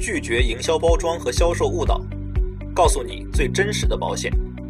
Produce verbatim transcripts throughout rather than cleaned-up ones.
拒绝营销包装和销售误导，告诉你最真实的保险。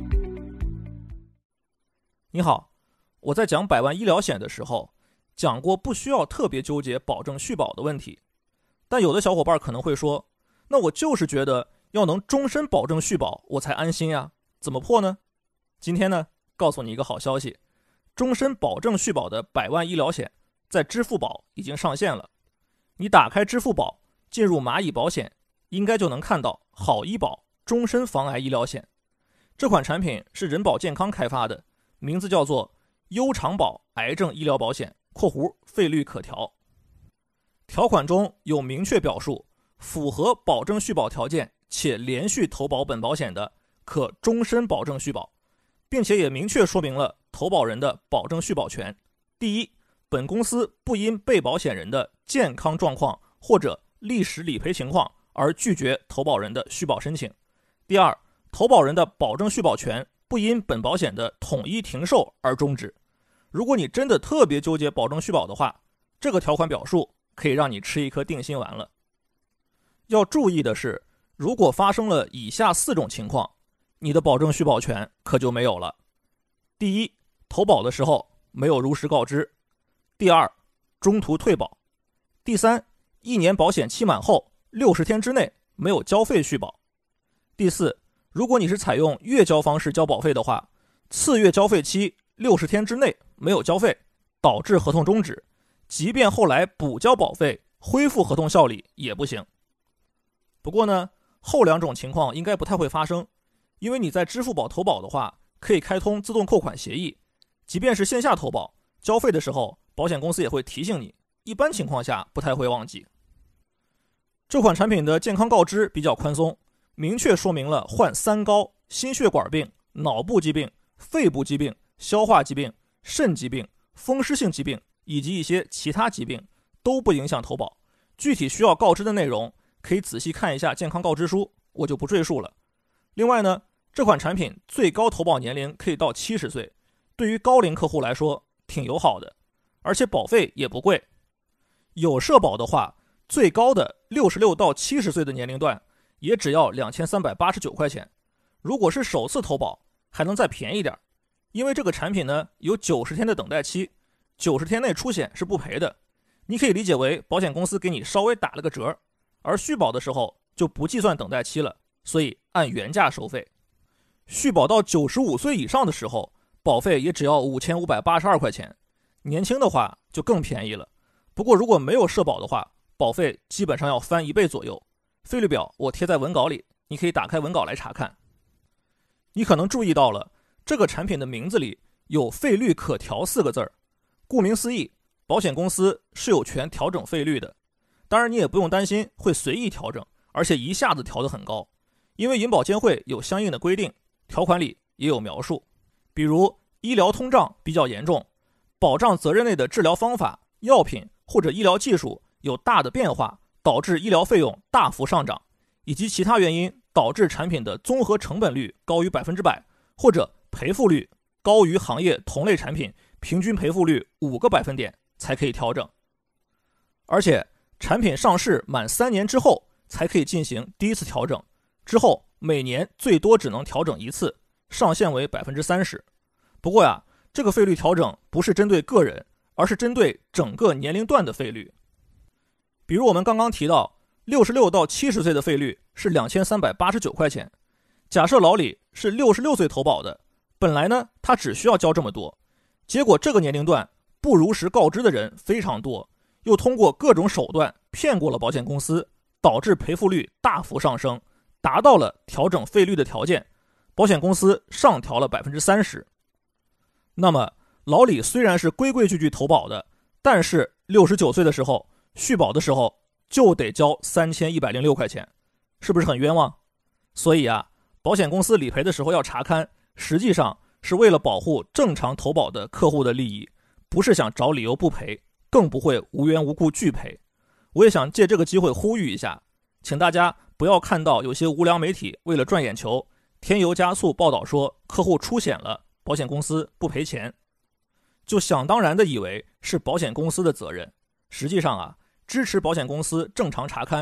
你好，我在讲百万医疗险的时候，讲过不需要特别纠结保证续保的问题。但有的小伙伴可能会说，那我就是觉得要能终身保证续保，我才安心呀，怎么破呢？今天呢，告诉你一个好消息，终身保证续保的百万医疗险在支付宝已经上线了。你打开支付宝，进入蚂蚁保险，应该就能看到好医保终身防癌医疗险。这款产品是人保健康开发的，名字叫做优长保癌症医疗保险（括弧费率可调）。条款中有明确表述，符合保证续保条件且连续投保本保险的，可终身保证续保，并且也明确说明了投保人的保证续保权。第一，本公司不因被保险人的健康状况或者历史理赔情况而拒绝投保人的续保申请。第二，投保人的保证续保权不因本保险的统一停售而终止。如果你真的特别纠结保证续保的话，这个条款表述可以让你吃一颗定心丸了。要注意的是，如果发生了以下四种情况，你的保证续保权可就没有了。第一，投保的时候没有如实告知。第二，中途退保。第三，一年保险期满后六十天之内没有交费续保。第四，如果你是采用月交方式交保费的话，次月交费期六十天之内没有交费，导致合同终止，即便后来补交保费恢复合同效力也不行。不过呢，后两种情况应该不太会发生，因为你在支付宝投保的话，可以开通自动扣款协议，即便是线下投保，交费的时候保险公司也会提醒你，一般情况下不太会忘记。这款产品的健康告知比较宽松，明确说明了患三高、心血管病、脑部疾病、肺部疾病、消化疾病、肾疾病、风湿性疾病以及一些其他疾病都不影响投保。具体需要告知的内容可以仔细看一下健康告知书，我就不赘述了。另外呢，这款产品最高投保年龄可以到七十岁，对于高龄客户来说挺友好的，而且保费也不贵。有社保的话，最高的六十六到七十岁的年龄段也只要两千三百八十九块钱。如果是首次投保还能再便宜点，因为这个产品呢有九十天的等待期，九十天内出险是不赔的。你可以理解为保险公司给你稍微打了个折，而续保的时候就不计算等待期了，所以按原价收费。续保到九十五岁以上的时候，保费也只要五千五百八十二块钱，年轻的话就更便宜了。不过如果没有社保的话，保费基本上要翻一倍左右。费率表我贴在文稿里，你可以打开文稿来查看。你可能注意到了，这个产品的名字里有费率可调四个字儿。顾名思义，保险公司是有权调整费率的。当然你也不用担心会随意调整，而且一下子调得很高，因为银保监会有相应的规定，条款里也有描述。比如医疗通胀比较严重，保障责任内的治疗方法、药品或者医疗技术有大的变化，导致医疗费用大幅上涨，以及其他原因导致产品的综合成本率高于百分之百，或者赔付率高于行业同类产品平均赔付率五个百分点才可以调整。而且产品上市满三年之后才可以进行第一次调整，之后每年最多只能调整一次，上限为 百分之三十。 不过呀，这个费率调整不是针对个人，而是针对整个年龄段的费率。比如我们刚刚提到六十六到七十岁的费率是两千三百八十九块钱，假设老李是六十六岁投保的，本来呢他只需要交这么多，结果这个年龄段不如实告知的人非常多，又通过各种手段骗过了保险公司，导致赔付率大幅上升，达到了调整费率的条件，保险公司上调了 百分之三十。 那么老李虽然是规规矩矩投保的，但是六十九岁的时候续保的时候就得交三千一百零六块钱，是不是很冤枉？所以啊，保险公司理赔的时候要查勘，实际上是为了保护正常投保的客户的利益，不是想找理由不赔，更不会无缘无故拒赔。我也想借这个机会呼吁一下，请大家不要看到有些无良媒体为了赚眼球，添油加醋报道说客户出险了，保险公司不赔钱，就想当然的以为是保险公司的责任。实际上啊，支持保险公司正常查勘，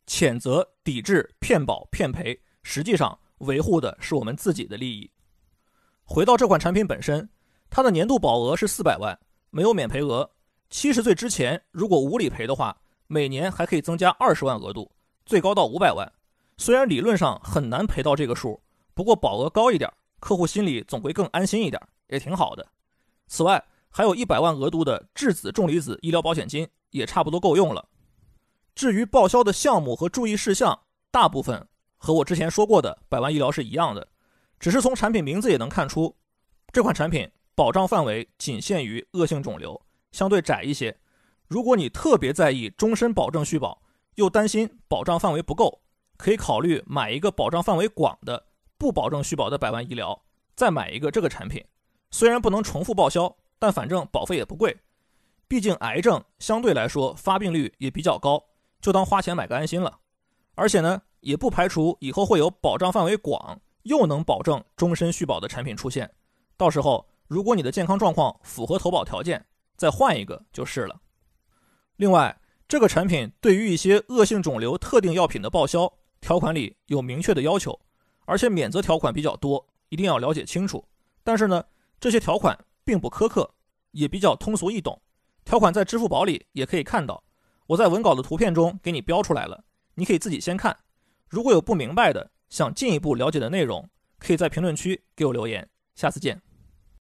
谴责、抵制骗保骗赔，实际上维护的是我们自己的利益。回到这款产品本身，它的年度保额是四百万，没有免赔额。七十岁之前如果无理赔的话，每年还可以增加二十万额度，最高到五百万。虽然理论上很难赔到这个数，不过保额高一点，客户心里总会更安心一点，也挺好的。此外，还有一百万额度的质子重离子医疗保险金也差不多够用了。至于报销的项目和注意事项，大部分和我之前说过的百万医疗是一样的，只是从产品名字也能看出，这款产品保障范围仅限于恶性肿瘤，相对窄一些。如果你特别在意终身保证续保，又担心保障范围不够，可以考虑买一个保障范围广的不保证续保的百万医疗，再买一个这个产品。虽然不能重复报销，但反正保费也不贵，毕竟癌症相对来说发病率也比较高，就当花钱买个安心了。而且呢，也不排除以后会有保障范围广又能保证终身续保的产品出现，到时候如果你的健康状况符合投保条件，再换一个就是了。另外，这个产品对于一些恶性肿瘤特定药品的报销，条款里有明确的要求，而且免责条款比较多，一定要了解清楚。但是呢，这些条款并不苛刻，也比较通俗易懂。条款在支付宝里也可以看到，我在文稿的图片中给你标出来了，你可以自己先看。如果有不明白的，想进一步了解的内容，可以在评论区给我留言。下次见。